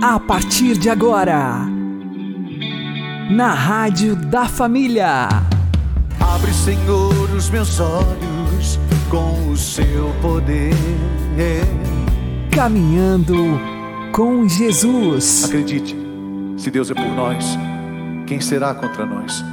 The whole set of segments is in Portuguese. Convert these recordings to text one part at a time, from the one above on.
A partir de agora, na Rádio da Família. Abre, Senhor, os meus olhos com o seu poder. Caminhando com Jesus. Acredite, se Deus é por nós, quem será contra nós?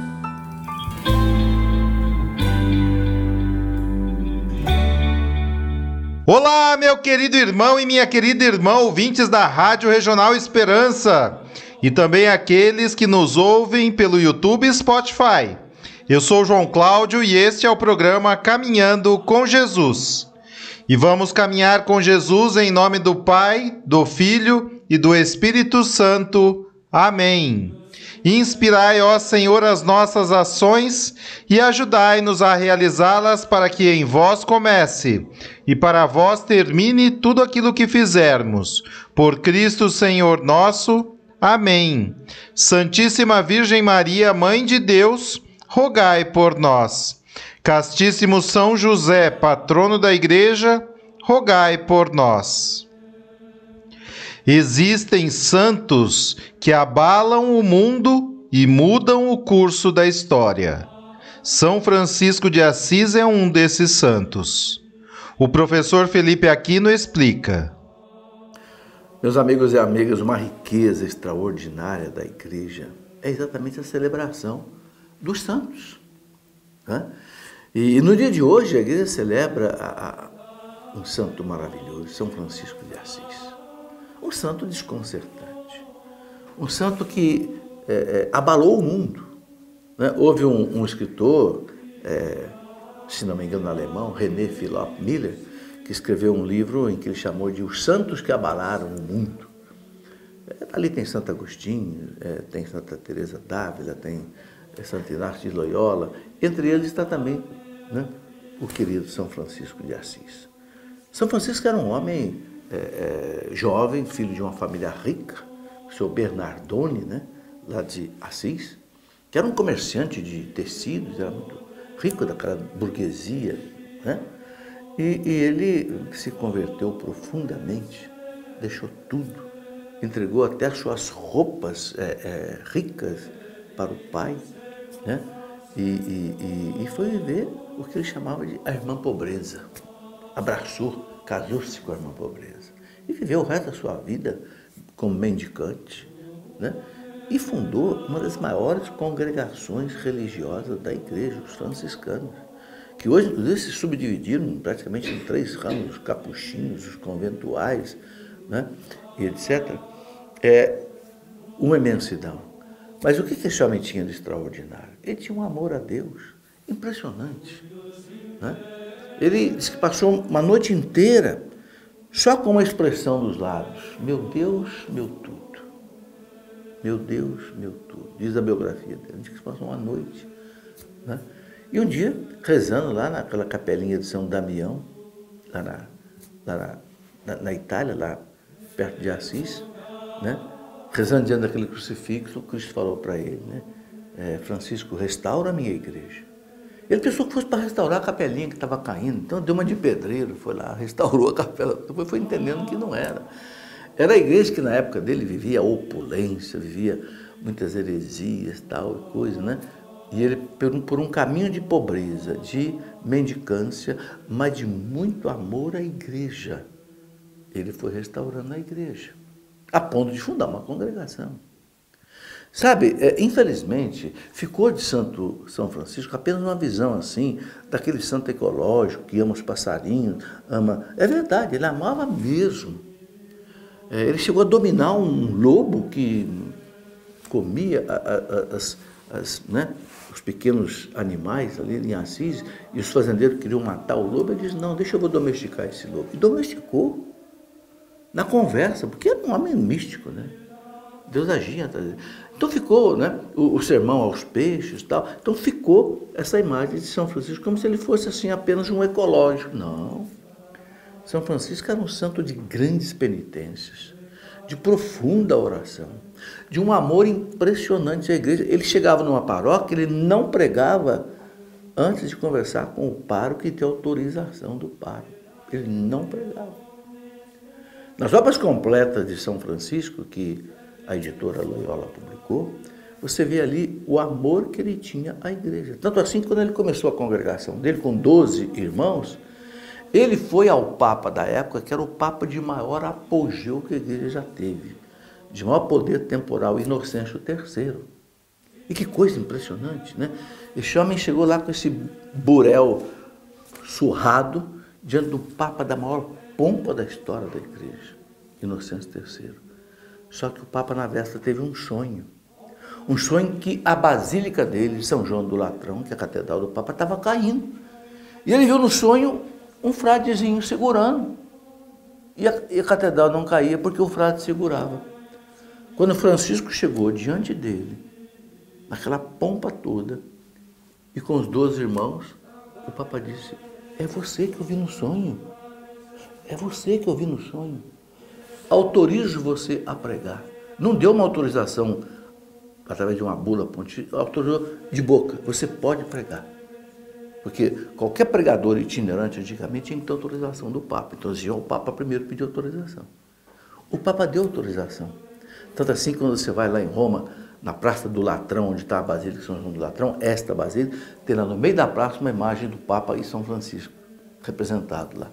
Olá, meu querido irmão e minha querida irmã, ouvintes da Rádio Regional Esperança, e também aqueles que nos ouvem pelo YouTube e Spotify. Eu sou João Cláudio e este é o programa Caminhando com Jesus. E vamos caminhar com Jesus em nome do Pai, do Filho e do Espírito Santo. Amém. Inspirai, ó Senhor, as nossas ações e ajudai-nos a realizá-las para que em vós comece e para vós termine tudo aquilo que fizermos. Por Cristo Senhor nosso. Amém. Santíssima Virgem Maria, Mãe de Deus, rogai por nós. Castíssimo São José, patrono da Igreja, rogai por nós. Existem santos que abalam o mundo e mudam o curso da história. São Francisco de Assis é um desses santos. O professor Felipe Aquino explica. Meus amigos e amigas, uma riqueza extraordinária da Igreja é exatamente a celebração dos santos. Né? E no dia de hoje a Igreja celebra um santo maravilhoso, São Francisco de Assis. Um santo desconcertante, um santo que abalou o mundo. Né? Houve um escritor, se não me engano alemão, René Philipp Miller, que escreveu um livro em que ele chamou de Os Santos que Abalaram o Mundo. Ali tem Santo Agostinho, tem Santa Teresa d'Ávila, tem Santo Inácio de Loyola, entre eles está também, né, o querido São Francisco de Assis. São Francisco era um homem jovem, filho de uma família rica, o seu Bernardone, né, lá de Assis, que era um comerciante de tecidos, era muito rico, daquela burguesia, né? E ele se converteu profundamente, deixou tudo, entregou até as suas roupas ricas para o pai, né? E foi viver o que ele chamava de a irmã pobreza. Abraçou, casou-se com a irmã pobreza e viveu o resto da sua vida como mendicante, né? E fundou uma das maiores congregações religiosas da Igreja, os franciscanos, que hoje, inclusive, se subdividiram praticamente em 3 ramos, os capuchinhos, os conventuais, né? E etc. É uma imensidão. Mas o que esse homem tinha de extraordinário? Ele tinha um amor a Deus impressionante, né? Ele disse que passou uma noite inteira só com uma expressão dos lábios: meu Deus, meu tudo. Meu Deus, meu tudo. Diz a biografia dele. Ele disse que passou uma noite, né? E um dia, rezando lá naquela capelinha de São Damião, lá na Itália, lá perto de Assis, né? Rezando diante daquele crucifixo, Cristo falou para ele, né? Francisco, restaura a minha igreja. Ele pensou que fosse para restaurar a capelinha que estava caindo, então deu uma de pedreiro, foi lá, restaurou a capela, depois foi entendendo que não era. Era a igreja que na época dele vivia opulência, vivia muitas heresias, tal coisa, né? E ele, por um caminho de pobreza, de mendicância, mas de muito amor à igreja, ele foi restaurando a igreja, a ponto de fundar uma congregação. Sabe, infelizmente, ficou de São Francisco apenas uma visão assim, daquele santo ecológico que ama os passarinhos, ama... É verdade, ele amava mesmo. Ele chegou a dominar um lobo que comia né, os pequenos animais ali em Assis, e os fazendeiros queriam matar o lobo. Ele disse, não, deixa eu domesticar esse lobo. E domesticou, na conversa, porque era um homem místico, né? Deus agia. Então ficou, né, o sermão aos peixes e tal. Então ficou essa imagem de São Francisco como se ele fosse assim apenas um ecológico. Não. São Francisco era um santo de grandes penitências, de profunda oração, de um amor impressionante à igreja. Ele chegava numa paróquia, ele não pregava antes de conversar com o pároco e ter autorização do pároco. Ele não pregava. Nas obras completas de São Francisco, que a editora Loyola publicou, você vê ali o amor que ele tinha à igreja. Tanto assim, quando ele começou a congregação dele, com 12 irmãos, ele foi ao Papa da época, que era o Papa de maior apogeu que a igreja já teve, de maior poder temporal, Inocêncio III. E que coisa impressionante, né? Esse homem chegou lá com esse burel surrado, diante do Papa da maior pompa da história da igreja, Inocêncio III. Só que o Papa, na véspera, teve um sonho que a basílica dele, São João do Latrão, que é a catedral do Papa, estava caindo. E ele viu no sonho um fradezinho segurando. E a catedral não caía porque o frade segurava. Quando Francisco chegou diante dele, naquela pompa toda, e com os 12 irmãos, o Papa disse: é você que eu vi no sonho. É você que eu vi no sonho. Autorizo você a pregar. Não deu uma autorização através de uma bula pontífica, autorizou de boca. Você pode pregar. Porque qualquer pregador itinerante antigamente tinha que ter autorização do Papa. Então, o Papa primeiro pediu autorização. O Papa deu autorização. Tanto assim, quando você vai lá em Roma, na Praça do Latrão, onde está a Basílica de São João do Latrão, esta Basílica, tem lá no meio da praça uma imagem do Papa e São Francisco, representado lá.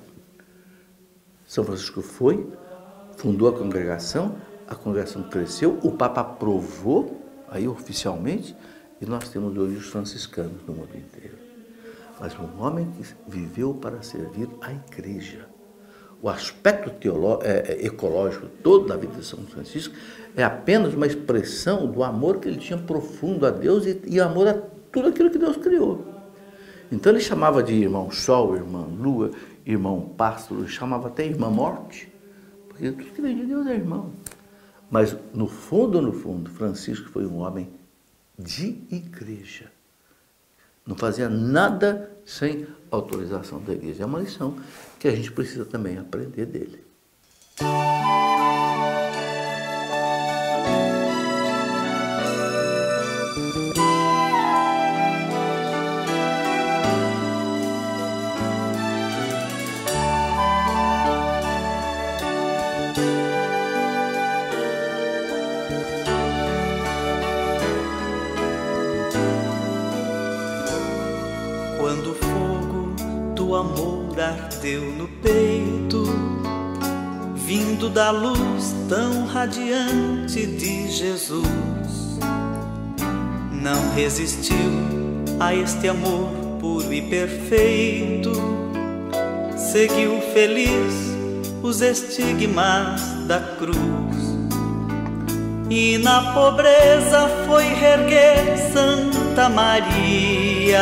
São Francisco foi, fundou a congregação cresceu, o Papa aprovou, aí oficialmente, e nós temos hoje os franciscanos no mundo inteiro. Mas um homem que viveu para servir a igreja. O aspecto ecológico todo da vida de São Francisco é apenas uma expressão do amor que ele tinha profundo a Deus e amor a tudo aquilo que Deus criou. Então ele chamava de irmão Sol, irmã Lua, irmão Pássaro, chamava até irmã Morte, porque tudo que vem de Deus é irmão. Mas no fundo, Francisco foi um homem de igreja. Não fazia nada sem autorização da igreja. É uma lição que a gente precisa também aprender dele. Quando o fogo do amor ardeu no peito, vindo da luz tão radiante de Jesus, não resistiu a este amor puro e perfeito, seguiu feliz os estigmas da cruz, e na pobreza foi reerguer Santa Maria,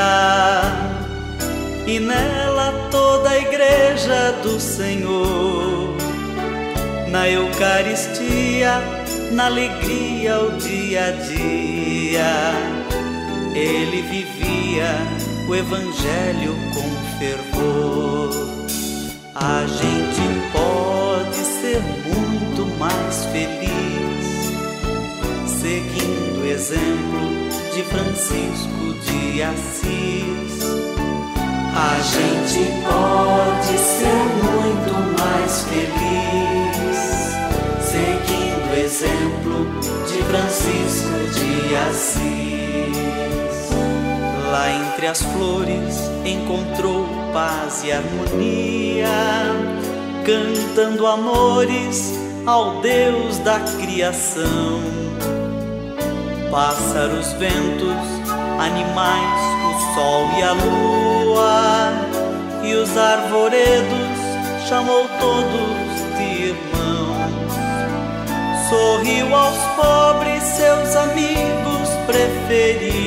e nela toda a igreja do Senhor, na Eucaristia, na alegria, o dia a dia, ele vivia o Evangelho com fervor. A gente pode ser muito mais feliz seguindo o exemplo de Francisco de Assis. A gente pode ser muito mais feliz seguindo o exemplo de Francisco de Assis. Lá entre as flores encontrou paz e harmonia, cantando amores ao Deus da criação. Pássaros, ventos, animais, o sol e a lua, e os arvoredos chamou todos de irmãos. Sorriu aos pobres, seus amigos preferidos,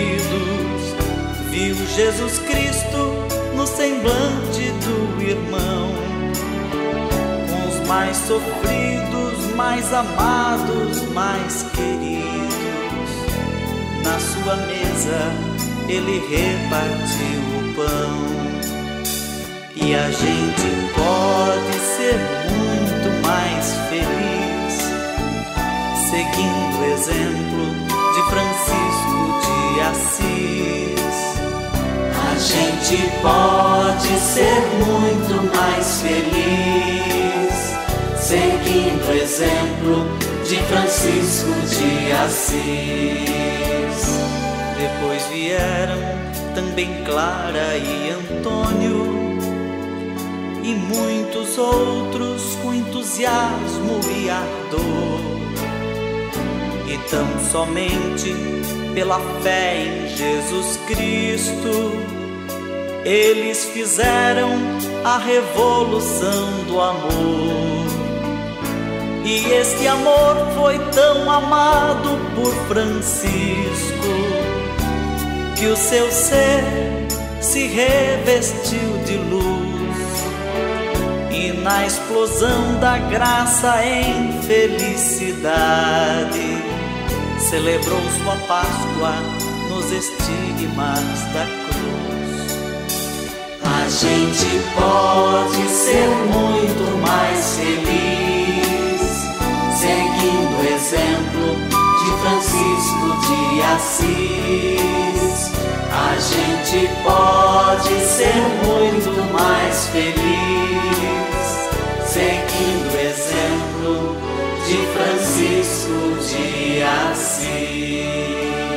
viu Jesus Cristo no semblante do irmão. Com os mais sofridos, mais amados, mais queridos, na sua mesa ele repartiu o pão. E a gente pode ser muito mais feliz seguindo o exemplo de Francisco de Assis. A gente pode ser muito mais feliz seguindo o exemplo de Francisco de Assis. Depois vieram também Clara e Antônio e muitos outros com entusiasmo e ardor. E tão somente pela fé em Jesus Cristo eles fizeram a revolução do amor. E este amor foi tão amado por Francisco que o seu ser se revestiu de luz, e na explosão da graça em felicidade celebrou sua Páscoa nos estigmas da cruz. A gente pode ser muito mais feliz seguindo o exemplo de Francisco de Assis. A gente pode ser muito mais feliz seguindo o exemplo de Francisco de Assis.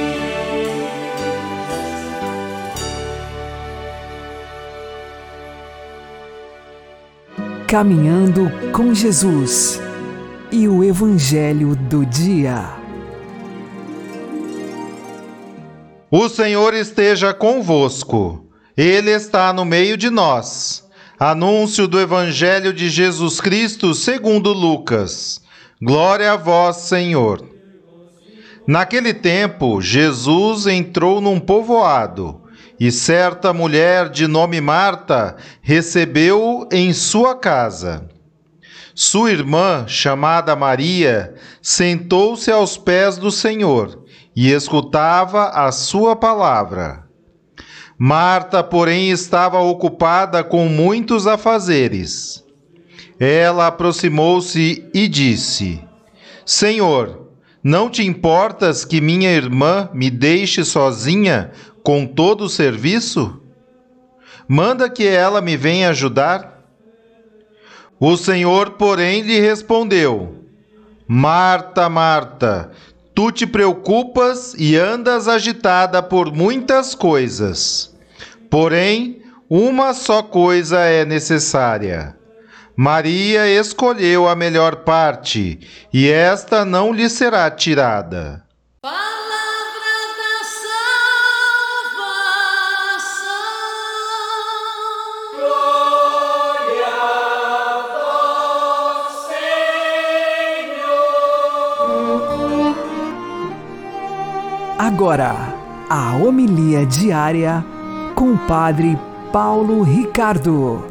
Caminhando com Jesus e o Evangelho do Dia. O Senhor esteja convosco, Ele está no meio de nós. Anúncio do Evangelho de Jesus Cristo segundo Lucas. Glória a vós, Senhor. Naquele tempo, Jesus entrou num povoado, e certa mulher de nome Marta recebeu-o em sua casa. Sua irmã, chamada Maria, sentou-se aos pés do Senhor e escutava a sua palavra. Marta, porém, estava ocupada com muitos afazeres. Ela aproximou-se e disse: Senhor, não te importas que minha irmã me deixe sozinha com todo o serviço? Manda que ela me venha ajudar. O Senhor, porém, lhe respondeu: Marta, Marta, tu te preocupas e andas agitada por muitas coisas. Porém, uma só coisa é necessária. Maria escolheu a melhor parte, e esta não lhe será tirada. Agora, a homilia diária com o Padre Paulo Ricardo.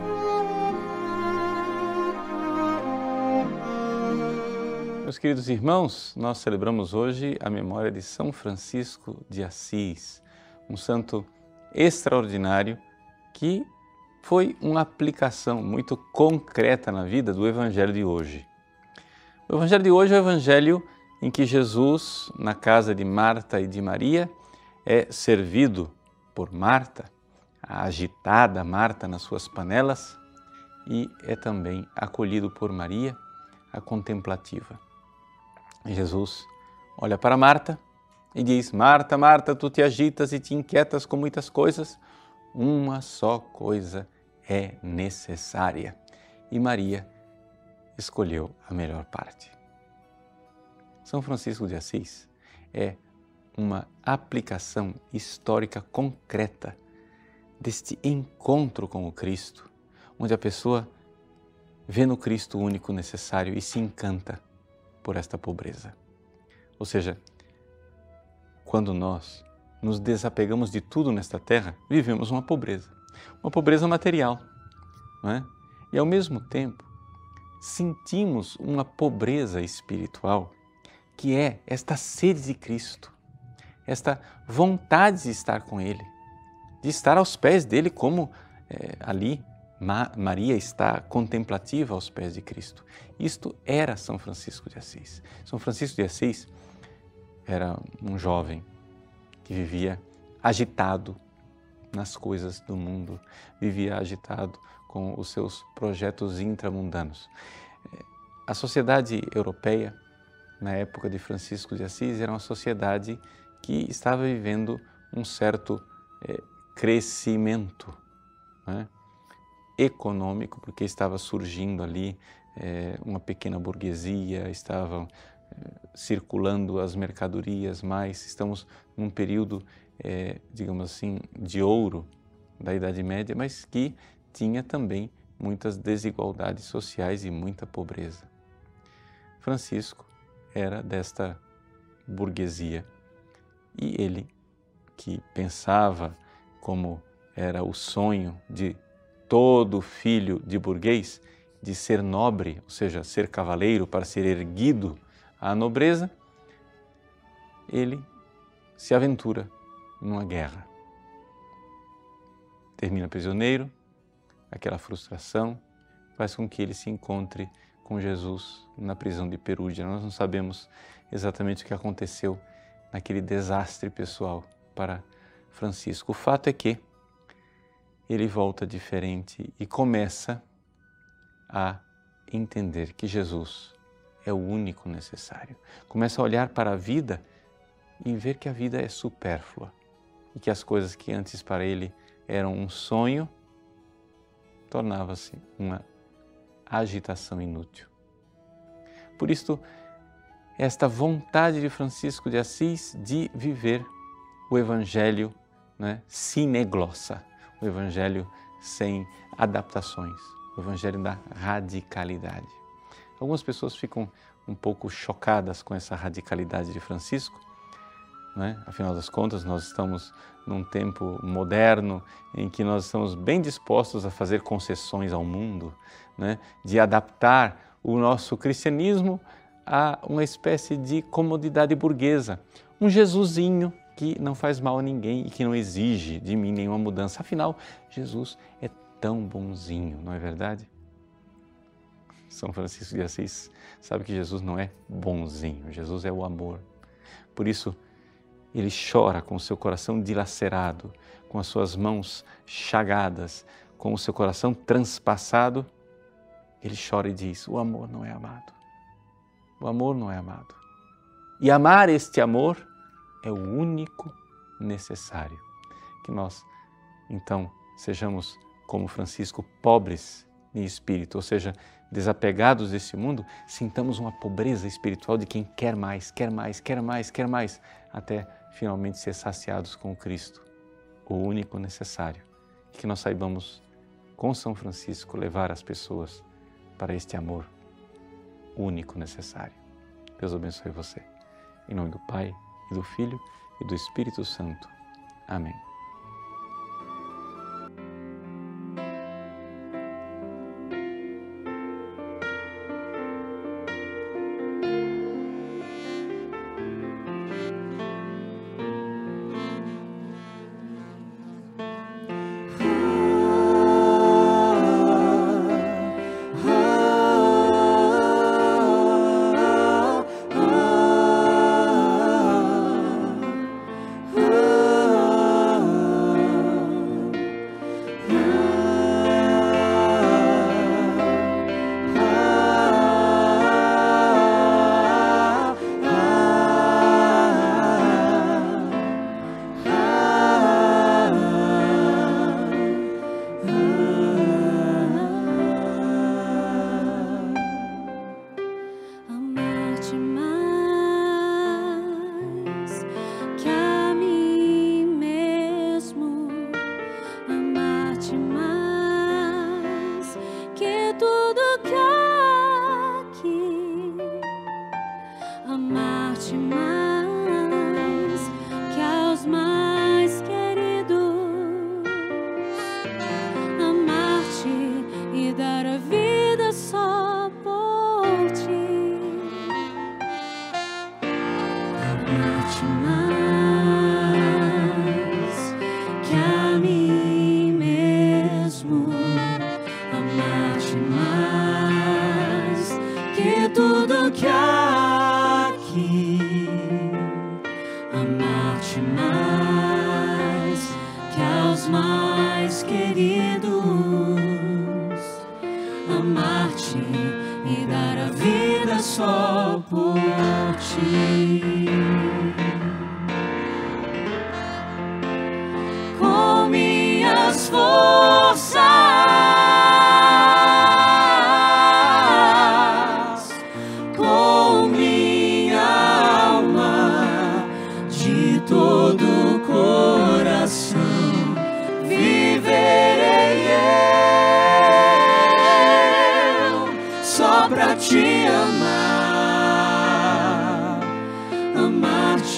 Meus queridos irmãos, nós celebramos hoje a memória de São Francisco de Assis, um santo extraordinário que foi uma aplicação muito concreta na vida do Evangelho de hoje. O Evangelho de hoje é o Evangelho em que Jesus, na casa de Marta e de Maria, é servido por Marta, a agitada Marta nas suas panelas, e é também acolhido por Maria, a contemplativa. E Jesus olha para Marta e diz: Marta, Marta, tu te agitas e te inquietas com muitas coisas, uma só coisa é necessária. E Maria escolheu a melhor parte. São Francisco de Assis é uma aplicação histórica concreta deste encontro com o Cristo, onde a pessoa vê no Cristo o único necessário e se encanta por esta pobreza. Ou seja, quando nós nos desapegamos de tudo nesta terra, vivemos uma pobreza material, não é? E ao mesmo tempo sentimos uma pobreza espiritual, que é esta sede de Cristo, esta vontade de estar com Ele, de estar aos pés dEle como ali Maria está contemplativa aos pés de Cristo. Isto era São Francisco de Assis. São Francisco de Assis era um jovem que vivia agitado nas coisas do mundo, vivia agitado com os seus projetos intramundanos. A sociedade europeia, na época de Francisco de Assis, era uma sociedade que estava vivendo um certo crescimento, né, econômico, porque estava surgindo ali uma pequena burguesia, estavam circulando as mercadorias mais, estamos num período, digamos assim, de ouro da Idade Média, mas que tinha também muitas desigualdades sociais e muita pobreza. Francisco era desta burguesia e ele, que pensava como era o sonho de todo filho de burguês, de ser nobre, ou seja, ser cavaleiro para ser erguido à nobreza, ele se aventura numa guerra. Termina prisioneiro, aquela frustração faz com que ele se encontre com Jesus na prisão de Perúdia. Nós não sabemos exatamente o que aconteceu naquele desastre pessoal para Francisco. O fato é que ele volta diferente e começa a entender que Jesus é o único necessário. Começa a olhar para a vida e ver que a vida é supérflua e que as coisas que antes para ele eram um sonho tornava-se uma agitação inútil. Por isso, esta vontade de Francisco de Assis de viver o Evangelho, né, sine glossa, o Evangelho sem adaptações, o Evangelho da radicalidade. Algumas pessoas ficam um pouco chocadas com essa radicalidade de Francisco, né? Afinal das contas, nós estamos num tempo moderno em que nós estamos bem dispostos a fazer concessões ao mundo, né? De adaptar o nosso cristianismo a uma espécie de comodidade burguesa, um Jesusinho que não faz mal a ninguém e que não exige de mim nenhuma mudança. Afinal, Jesus é tão bonzinho, não é verdade? São Francisco de Assis sabe que Jesus não é bonzinho, Jesus é o amor. Por isso, ele chora com o seu coração dilacerado, com as suas mãos chagadas, com o seu coração transpassado. Ele chora e diz: o amor não é amado. O amor não é amado. E amar este amor é o único necessário. Que nós, então, sejamos, como Francisco, pobres em espírito, ou seja, desapegados desse mundo, sintamos uma pobreza espiritual de quem quer mais, quer mais, quer mais, quer mais, até finalmente ser saciados com Cristo, o único necessário. E que nós saibamos, com São Francisco, levar as pessoas para este amor único necessário. Deus abençoe você. Em nome do Pai, e do Filho, e do Espírito Santo. Amém. Amar-te e dar a vida.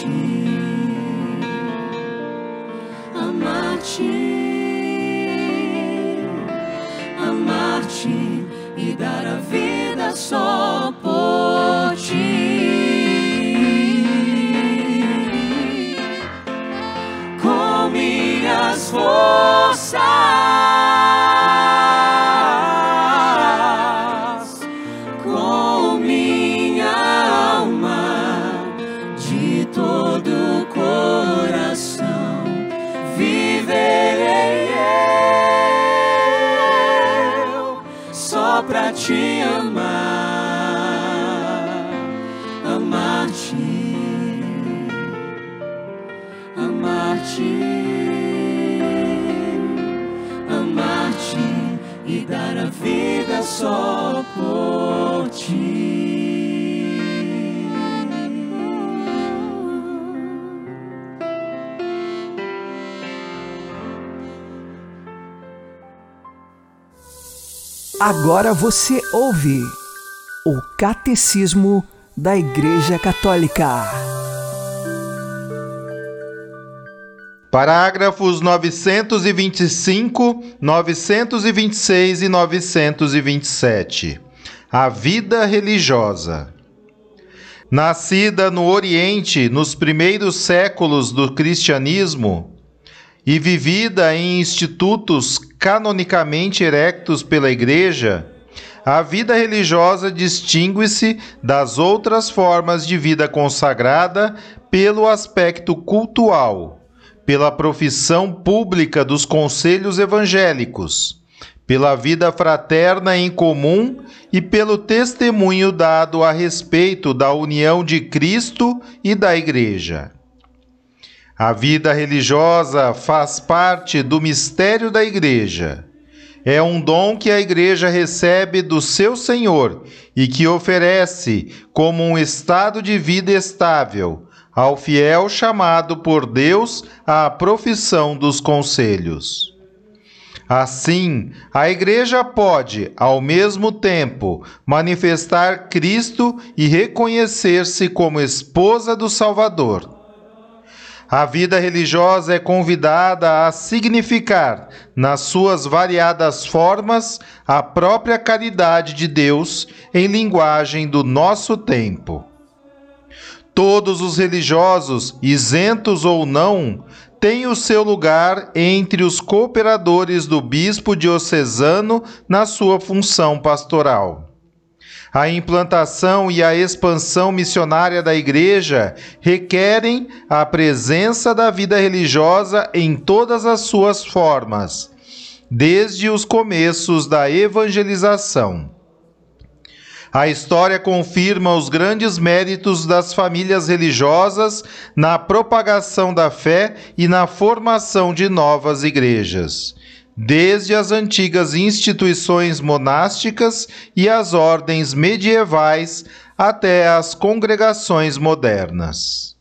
amar-te e dar a vida só por ti, com minhas forças, com minha alma, de todo o coração viverei eu só pra te amar, amar-te, amar-te, amar-te e dar a vida só por ti. Agora você ouve o Catecismo da Igreja Católica. Parágrafos 925, 926 e 927. A vida religiosa. Nascida no Oriente nos primeiros séculos do cristianismo e vivida em institutos canonicamente erectos pela Igreja, a vida religiosa distingue-se das outras formas de vida consagrada pelo aspecto cultual, pela profissão pública dos conselhos evangélicos, pela vida fraterna em comum e pelo testemunho dado a respeito da união de Cristo e da Igreja. A vida religiosa faz parte do mistério da Igreja. É um dom que a Igreja recebe do seu Senhor e que oferece como um estado de vida estável ao fiel chamado por Deus à profissão dos conselhos. Assim, a Igreja pode, ao mesmo tempo, manifestar Cristo e reconhecer-se como esposa do Salvador. A vida religiosa é convidada a significar, nas suas variadas formas, a própria caridade de Deus em linguagem do nosso tempo. Todos os religiosos, isentos ou não, têm o seu lugar entre os cooperadores do bispo diocesano na sua função pastoral. A implantação e a expansão missionária da Igreja requerem a presença da vida religiosa em todas as suas formas, desde os começos da evangelização. A história confirma os grandes méritos das famílias religiosas na propagação da fé e na formação de novas igrejas, desde as antigas instituições monásticas e as ordens medievais até as congregações modernas.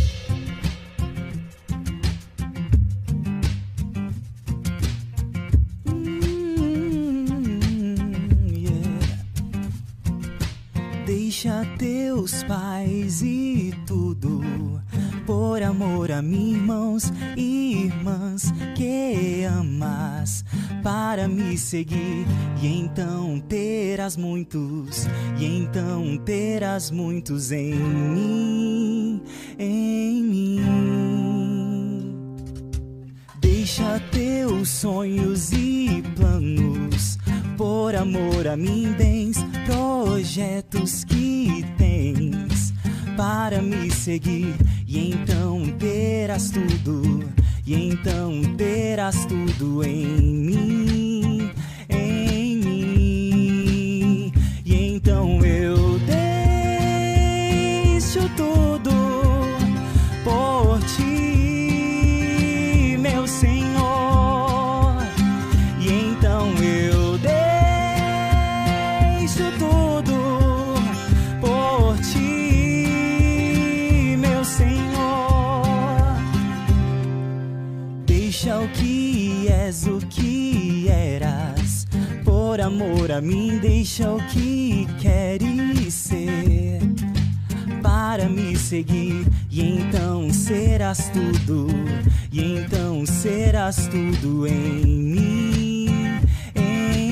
Deixa teus pais e tudo, por amor a mim, irmãos e irmãs que amas, para me seguir, e então terás muitos, e então terás muitos em mim, em mim. Deixa teus sonhos e planos, por amor a mim, bens, projetos que tens, para me seguir, e então terás tudo, e então terás tudo em mim, em mim. E então eu deixo tudo por ti, meu Senhor. E então eu deixo tudo por ti, meu Senhor. Deixa o que és, o que eras, por amor a mim, deixa o que queres ser, para para me seguir, e então serás tudo, e então serás tudo em mim, em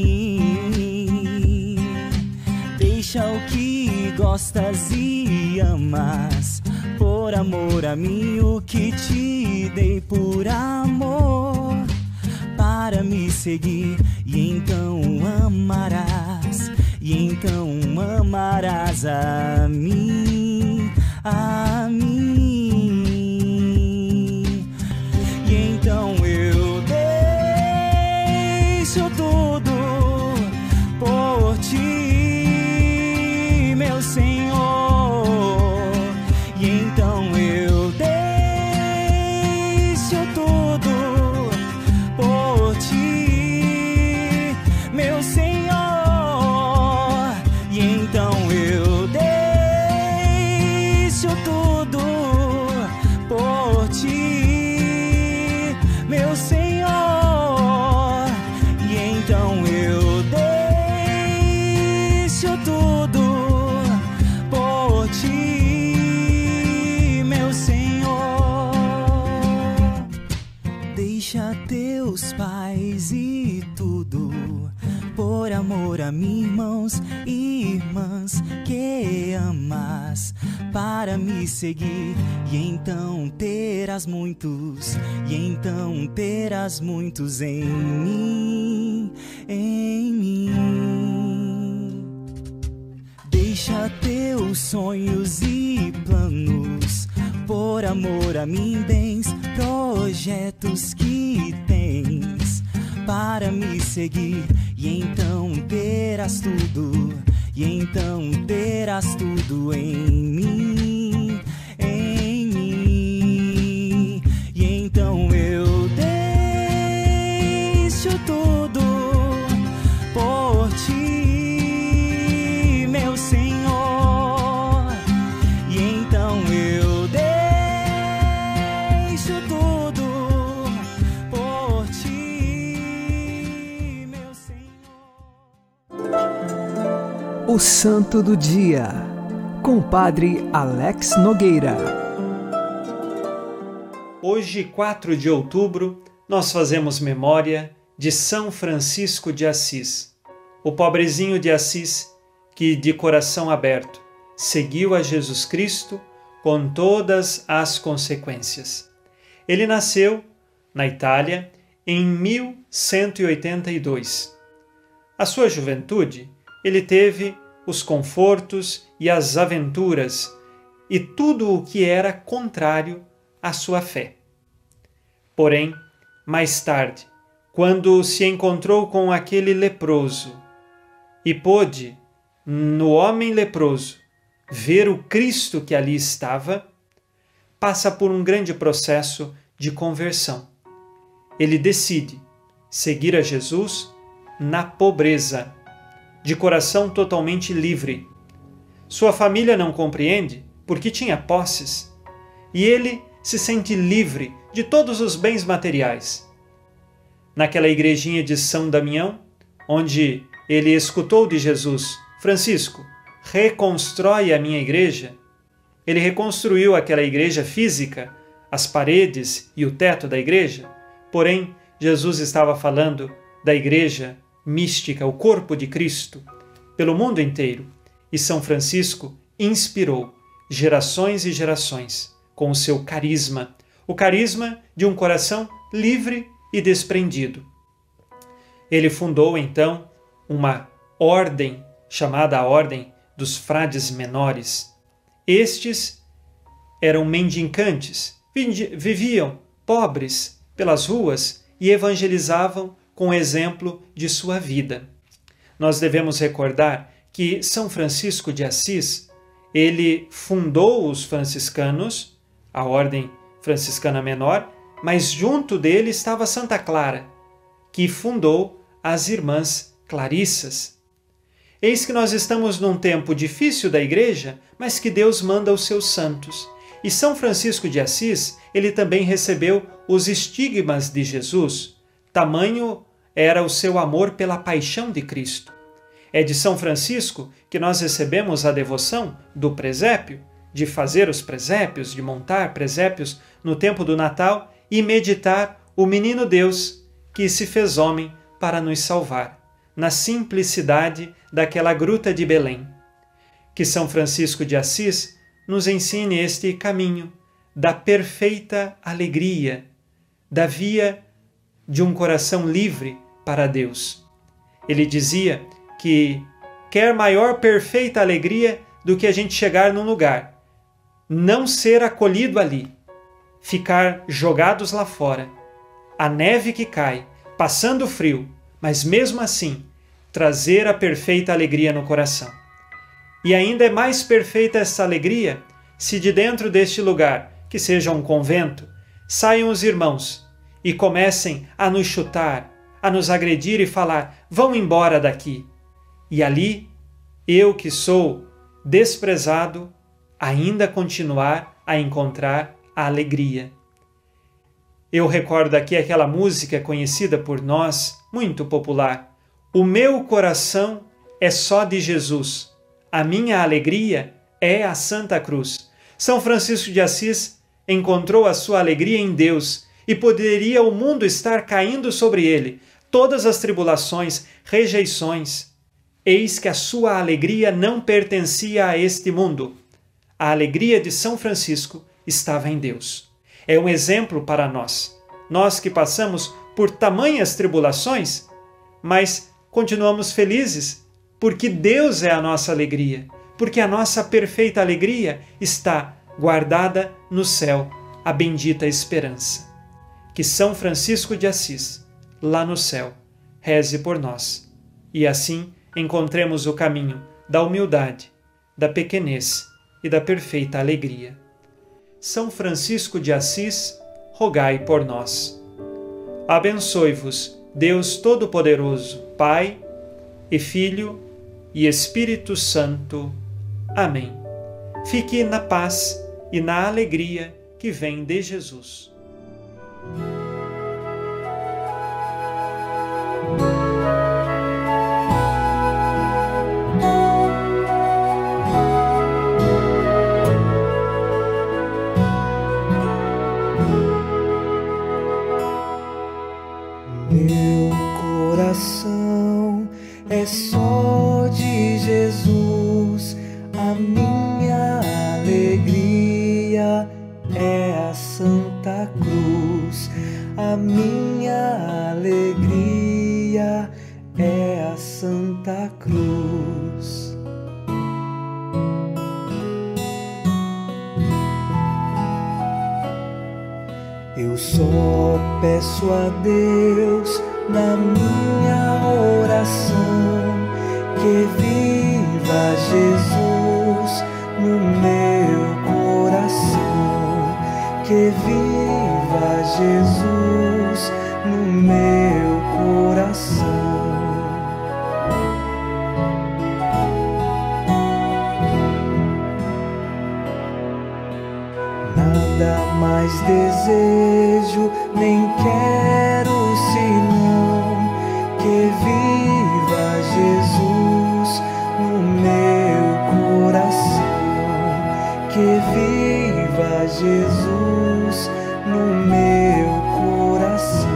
mim. Deixa o que gostas e amas, por amor a mim o que te dei por amor, para me seguir, e então amarás, e então amarás a mim, a mim. E então eu deixo tudo por ti, meu Senhor. E então eu deixo tudo por ti, meu Senhor. E então eu deixo tudo por ti, meu Senhor. E então eu deixo tudo por ti, meu Senhor. Deixa teus pais e tudo, por amor a mim, irmãos e irmãs que amas, para me seguir, e então terás muitos, e então terás muitos em mim, em mim. Deixa teus sonhos e planos, por amor a mim, bens, projetos que tens, para me seguir, e então terás tudo, e então terás tudo em mim, em mim. E então eu deixo tudo por ti, meu Senhor. E então eu deixo tudo por ti, meu Senhor. O Santo do Dia, com o Padre Alex Nogueira. Hoje, 4 de outubro, nós fazemos memória de São Francisco de Assis, o pobrezinho de Assis que, de coração aberto, seguiu a Jesus Cristo com todas as consequências. Ele nasceu na Itália em 1182. A sua juventude, ele teve os confortos e as aventuras e tudo o que era contrário à sua fé. Porém, mais tarde, quando se encontrou com aquele leproso e pôde, no homem leproso, ver o Cristo que ali estava, passa por um grande processo de conversão. Ele decide seguir a Jesus na pobreza, de coração totalmente livre. Sua família não compreende porque tinha posses, e ele se sente livre de todos os bens materiais. Naquela igrejinha de São Damião, onde ele escutou de Jesus: Francisco, reconstrói a minha igreja. Ele reconstruiu aquela igreja física, as paredes e o teto da igreja, porém Jesus estava falando da igreja mística, o corpo de Cristo, pelo mundo inteiro, e São Francisco inspirou gerações e gerações com o seu carisma, o carisma de um coração livre e desprendido. Ele fundou então uma ordem chamada a Ordem dos Frades Menores. Estes eram mendicantes, viviam pobres pelas ruas e evangelizavam com o exemplo de sua vida. Nós devemos recordar que São Francisco de Assis, ele fundou os franciscanos, a Ordem Franciscana Menor, mas junto dele estava Santa Clara, que fundou as Irmãs Clarissas. Eis que nós estamos num tempo difícil da Igreja, mas que Deus manda os seus santos. E São Francisco de Assis, ele também recebeu os estigmas de Jesus, tamanho era o seu amor pela paixão de Cristo. É de São Francisco que nós recebemos a devoção do presépio, de fazer os presépios, de montar presépios no tempo do Natal e meditar o menino Deus que se fez homem para nos salvar, na simplicidade daquela gruta de Belém. Que São Francisco de Assis nos ensine este caminho da perfeita alegria, da via de um coração livre para Deus. Ele dizia que quer maior perfeita alegria do que a gente chegar num lugar, não ser acolhido ali, ficar jogados lá fora, a neve que cai, passando frio, mas mesmo assim trazer a perfeita alegria no coração. E ainda é mais perfeita essa alegria se de dentro deste lugar, que seja um convento, saiam os irmãos e comecem a nos chutar, a nos agredir e falar: vão embora daqui. E ali, eu que sou desprezado, ainda continuar a encontrar a alegria. Eu recordo aqui aquela música conhecida por nós, muito popular. O meu coração é só de Jesus, a minha alegria é a Santa Cruz. São Francisco de Assis encontrou a sua alegria em Deus e poderia o mundo estar caindo sobre ele, todas as tribulações, rejeições. Eis que a sua alegria não pertencia a este mundo. A alegria de São Francisco estava em Deus. É um exemplo para nós. Nós que passamos por tamanhas tribulações, mas continuamos felizes porque Deus é a nossa alegria, porque a nossa perfeita alegria está guardada no céu, a bendita esperança. Que São Francisco de Assis, lá no céu, reze por nós e assim encontremos o caminho da humildade, da pequenez e da perfeita alegria. São Francisco de Assis, rogai por nós. Abençoe-vos Deus Todo-Poderoso, Pai e Filho e Espírito Santo. Amém. Fique na paz e na alegria que vem de Jesus. Meu coração é só de Jesus, a minha alegria é a Santa Cruz, a minha alegria é a Santa Cruz. Eu só peço a Deus na minha oração que viva Jesus no meu coração, que viva Jesus no meu coração. Nada mais desejo, nem quero senão que viva Jesus no meu coração, que viva Jesus no meu coração.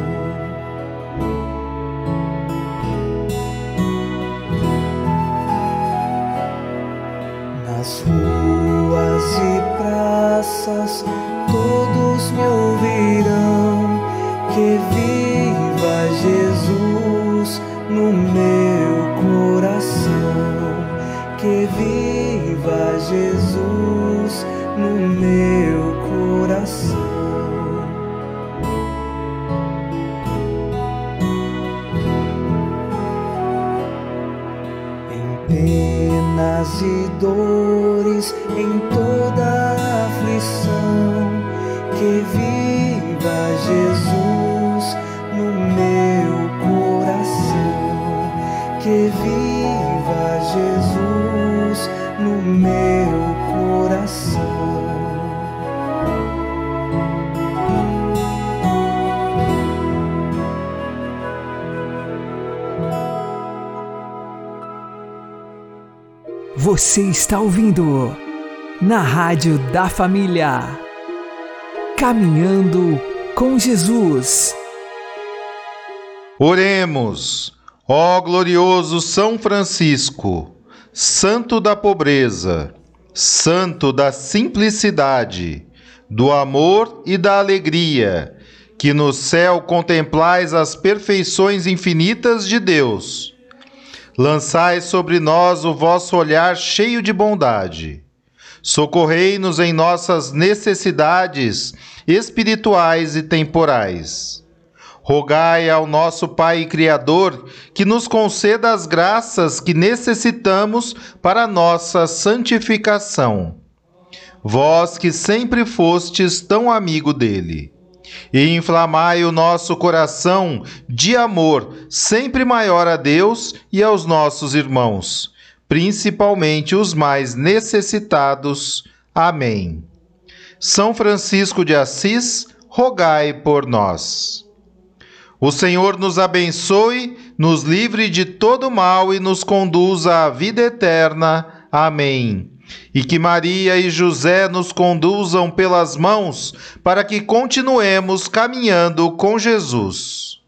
Nas ruas e praças todos me ouvirão, que viva Jesus no meu coração, que viva Jesus no meu coração. Em penas e dores, em toda aflição, que viva Jesus no meu coração, que viva Jesus no meu coração. Você está ouvindo na Rádio da Família. Caminhando com Jesus. Oremos, ó glorioso São Francisco, santo da pobreza, santo da simplicidade, do amor e da alegria, que no céu contemplais as perfeições infinitas de Deus. Lançai sobre nós o vosso olhar cheio de bondade. Socorrei-nos em nossas necessidades espirituais e temporais. Rogai ao nosso Pai e Criador que nos conceda as graças que necessitamos para a nossa santificação. Vós que sempre fostes tão amigo dele. E inflamai o nosso coração de amor sempre maior a Deus e aos nossos irmãos, principalmente os mais necessitados. Amém. São Francisco de Assis, rogai por nós. O Senhor nos abençoe, nos livre de todo mal e nos conduza à vida eterna. Amém. E que Maria e José nos conduzam pelas mãos para que continuemos caminhando com Jesus.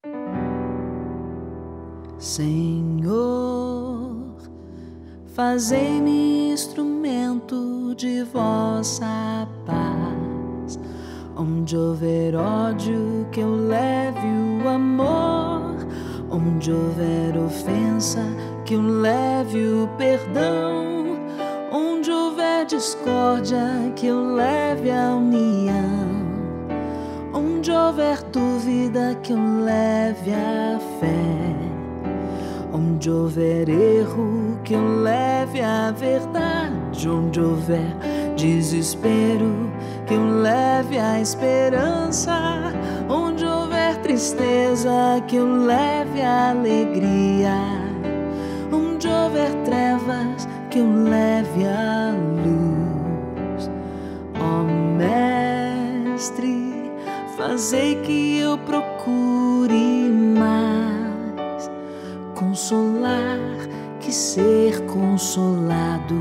Senhor, fazei-me instrumento de vossa paz. Onde houver ódio, que eu leve o amor. Onde houver ofensa, que eu leve o perdão. Onde houver discórdia, que eu leve a união. Onde houver dúvida, que eu leve a fé. Onde houver erro, que eu leve a verdade. Onde houver desespero, que eu leve a esperança. Onde houver tristeza, que eu leve a alegria. Onde houver trevas, que eu leve a luz. Ó Mestre, fazei que eu procure mais consolar que ser consolado,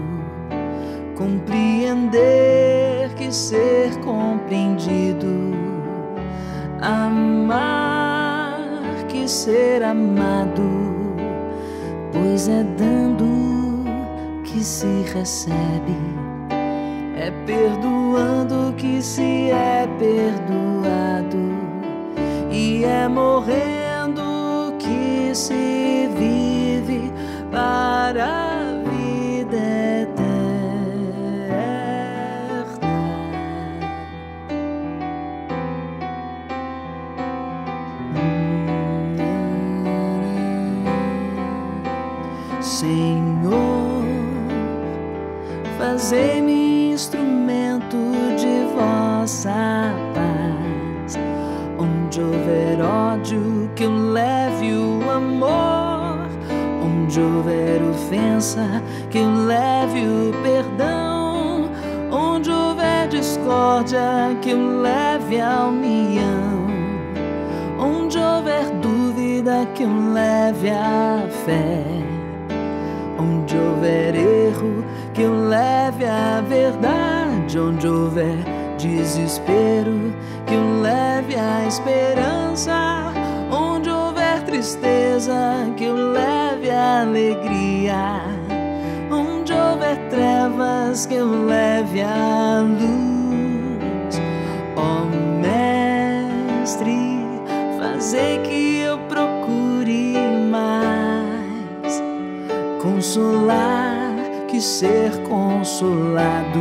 compreender que ser compreendido, amar que ser amado, pois é dando que se recebe, é perdoando que se é perdoado, e é morrendo que se vive para a vida eterna. Senhor, fazei-me instrumento de vossa paz. Onde houver ódio, que eu leve o amor. Onde houver ofensa, que eu leve o perdão. Onde houver discórdia, que eu leve a união. Onde houver dúvida, que eu leve a fé. Onde houver erro, que eu leve a verdade. Onde houver desespero, que eu leve a esperança. Onde houver tristeza, que eu leve a alegria. Onde houver trevas, que eu leve a luz. Ó Mestre, fazei que eu procure mais consolar que ser consolado,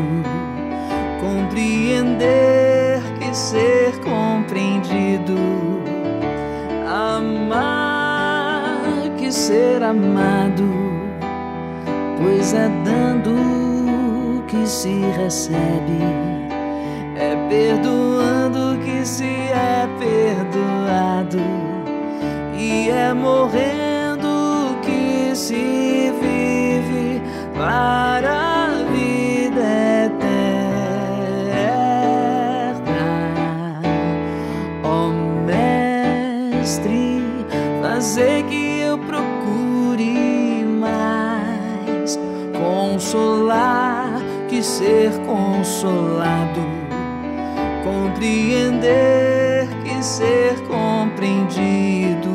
compreender que ser compreendido, amar que ser amado, pois é dando que se recebe, é perdoando que se é perdoado, e é morrendo que se vive para a vida eterna. Ó Mestre, fazei que eu procure mais consolar que ser ser consolado, compreender que ser compreendido,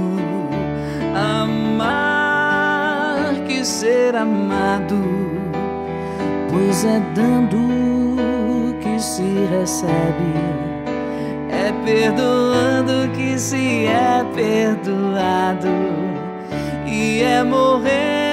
amar que ser amado, pois é dando que se recebe, é perdoando que se é perdoado, e é morrer